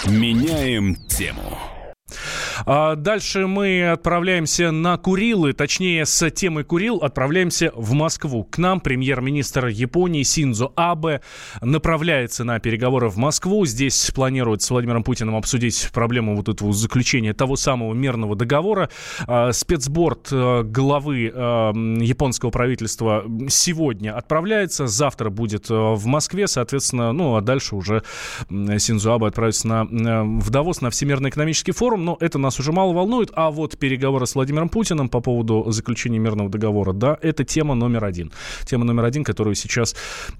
Меняем тему. Дальше мы отправляемся на Курилы, точнее, с темы Курил отправляемся в Москву. К нам премьер-министр Японии Синдзо Абе направляется на переговоры в Москву. Здесь планируют с Владимиром Путиным обсудить проблему вот этого заключения того самого мирного договора. Спецборд главы японского правительства сегодня отправляется, завтра будет в Москве, соответственно, а дальше уже Синдзо Абе отправится в Давос на Всемирный экономический форум, но это нас уже мало волнует, а вот переговоры с Владимиром Путиным по поводу заключения мирного договора, да, это тема номер один. Тема номер один, о которой сейчас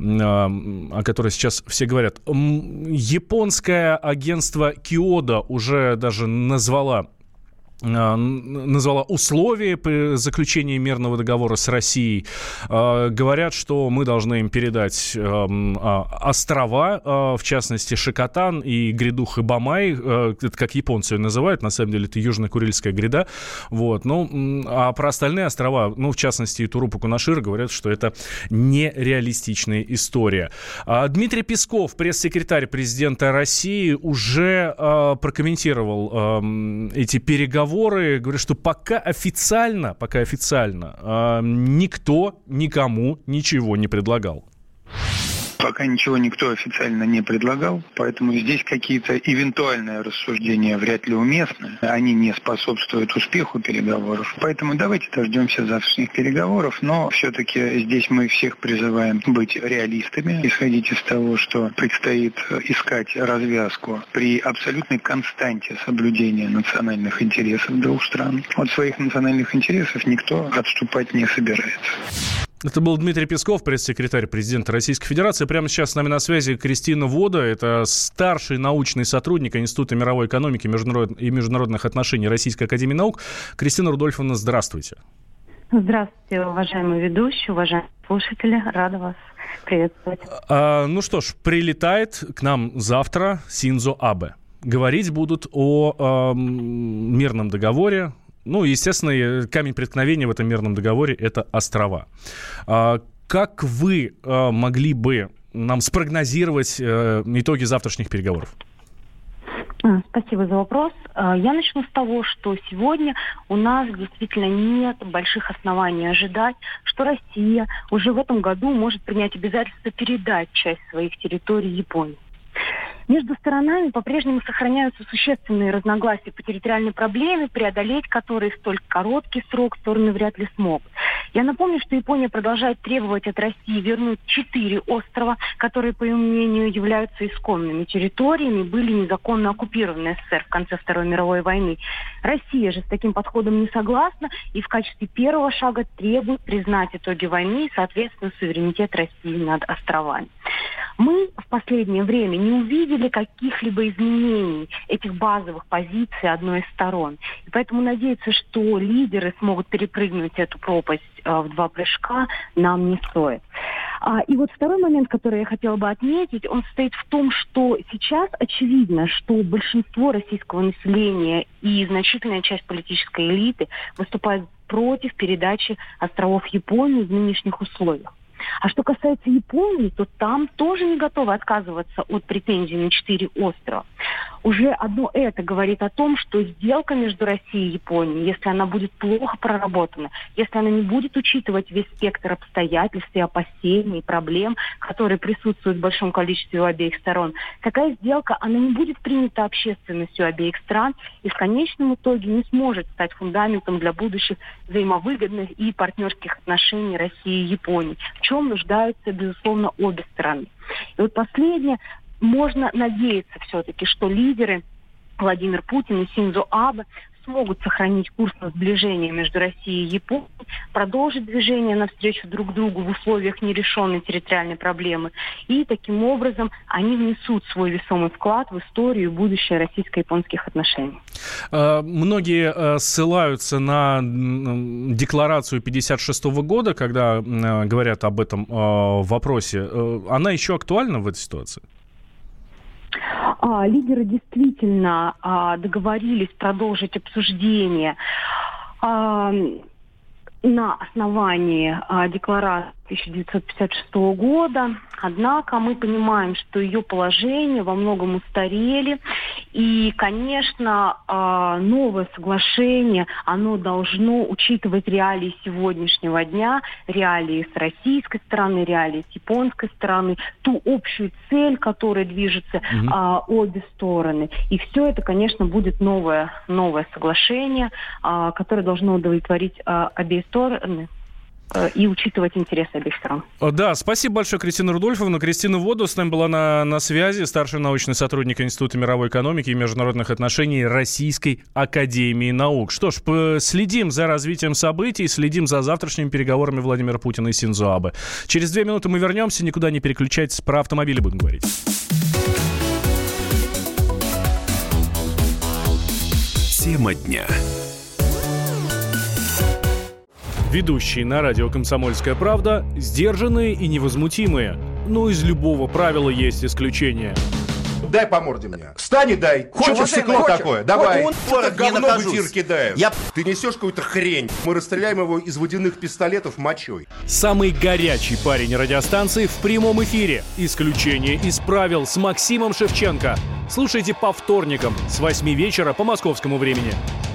все говорят. Японское агентство Киода уже даже назвала условия заключения мирного договора с Россией. Говорят, что мы должны им передать острова, в частности, Шикотан и гряду Хабамай, это как японцы ее называют, на самом деле это Южно-Курильская гряда. Вот. А про остальные острова, в частности, и Турупу Кунашир, говорят, что это нереалистичная история. Дмитрий Песков, пресс-секретарь президента России, уже прокомментировал эти переговоры. Говорят, что пока официально никто никому ничего не предлагал. Пока ничего никто официально не предлагал, поэтому здесь какие-то эвентуальные рассуждения вряд ли уместны. Они не способствуют успеху переговоров. Поэтому давайте дождемся завтрашних переговоров, но все-таки здесь мы всех призываем быть реалистами, исходить из того, что предстоит искать развязку при абсолютной константе соблюдения национальных интересов двух стран. От своих национальных интересов никто отступать не собирается. Это был Дмитрий Песков, пресс-секретарь президента Российской Федерации. Прямо сейчас с нами на связи Кристина Вода. Это старший научный сотрудник Института мировой экономики и международных отношений Российской академии наук. Кристина Рудольфовна, здравствуйте. Здравствуйте, уважаемый ведущий, уважаемые слушатели. Рада вас приветствовать. Прилетает к нам завтра Синдзо Абе. Говорить будут о мирном договоре. Естественно, камень преткновения в этом мирном договоре – это острова. Как вы могли бы нам спрогнозировать итоги завтрашних переговоров? Спасибо за вопрос. Я начну с того, что сегодня у нас действительно нет больших оснований ожидать, что Россия уже в этом году может принять обязательство передать часть своих территорий Японии. Между сторонами по-прежнему сохраняются существенные разногласия по территориальной проблеме, преодолеть которые в столь короткий срок стороны вряд ли смогут. Я напомню, что Япония продолжает требовать от России вернуть 4 острова, которые, по ее мнению, являются исконными территориями, были незаконно оккупированы СССР в конце Второй мировой войны. Россия же с таким подходом не согласна и в качестве первого шага требует признать итоги войны и, соответственно, суверенитет России над островами. Мы в последнее время не увидели каких-либо изменений этих базовых позиций одной из сторон. И поэтому надеяться, что лидеры смогут перепрыгнуть эту пропасть в 2 прыжка, нам не стоит. И вот второй момент, который я хотела бы отметить, он состоит в том, что сейчас очевидно, что большинство российского населения и значительная часть политической элиты выступают против передачи островов Японии в нынешних условиях. А что касается Японии, то там тоже не готовы отказываться от претензий на 4 острова. Уже одно это говорит о том, что сделка между Россией и Японией, если она будет плохо проработана, если она не будет учитывать весь спектр обстоятельств и опасений, и проблем, которые присутствуют в большом количестве у обеих сторон, такая сделка, она не будет принята общественностью обеих стран и в конечном итоге не сможет стать фундаментом для будущих взаимовыгодных и партнерских отношений России и Японии, в чем нуждаются, безусловно, обе стороны. И вот последнее. Можно надеяться все-таки, что лидеры Владимир Путин и Синдзо Абе смогут сохранить курс на сближение между Россией и Японией, продолжить движение навстречу друг другу в условиях нерешенной территориальной проблемы. И таким образом они внесут свой весомый вклад в историю и будущее российско-японских отношений. Многие ссылаются на декларацию 1956 года, когда говорят об этом вопросе. Она еще актуальна в этой ситуации? Лидеры действительно договорились продолжить обсуждение на основании декларации 1956 года. Однако мы понимаем, что ее положения во многом устарели. И, конечно, новое соглашение, оно должно учитывать реалии сегодняшнего дня, реалии с российской стороны, реалии с японской стороны, ту общую цель, которой движутся обе стороны. И все это, конечно, будет новое соглашение, которое должно удовлетворить обе стороны и учитывать интересы обеих сторон. Да, спасибо большое, Кристина Рудольфовна. Кристина Воду с нами была на связи, старший научный сотрудник Института мировой экономики и международных отношений Российской академии наук. Что ж, следим за развитием событий, следим за завтрашними переговорами Владимира Путина и Синдзо Абе. Через 2 минуты мы вернемся, никуда не переключайтесь, про автомобили будем говорить. Тема дня. Ведущие на радио «Комсомольская правда» сдержанные и невозмутимые. Но из любого правила есть исключение. Дай по морде мне. Встань и дай. Хочешь стекло такое? Давай. Это говно в эфир кидаешь. Ты несешь какую-то хрень. Мы расстреляем его из водяных пистолетов мочой. Самый горячий парень радиостанции в прямом эфире. Исключение из правил с Максимом Шевченко. Слушайте по вторникам с 8 вечера по московскому времени.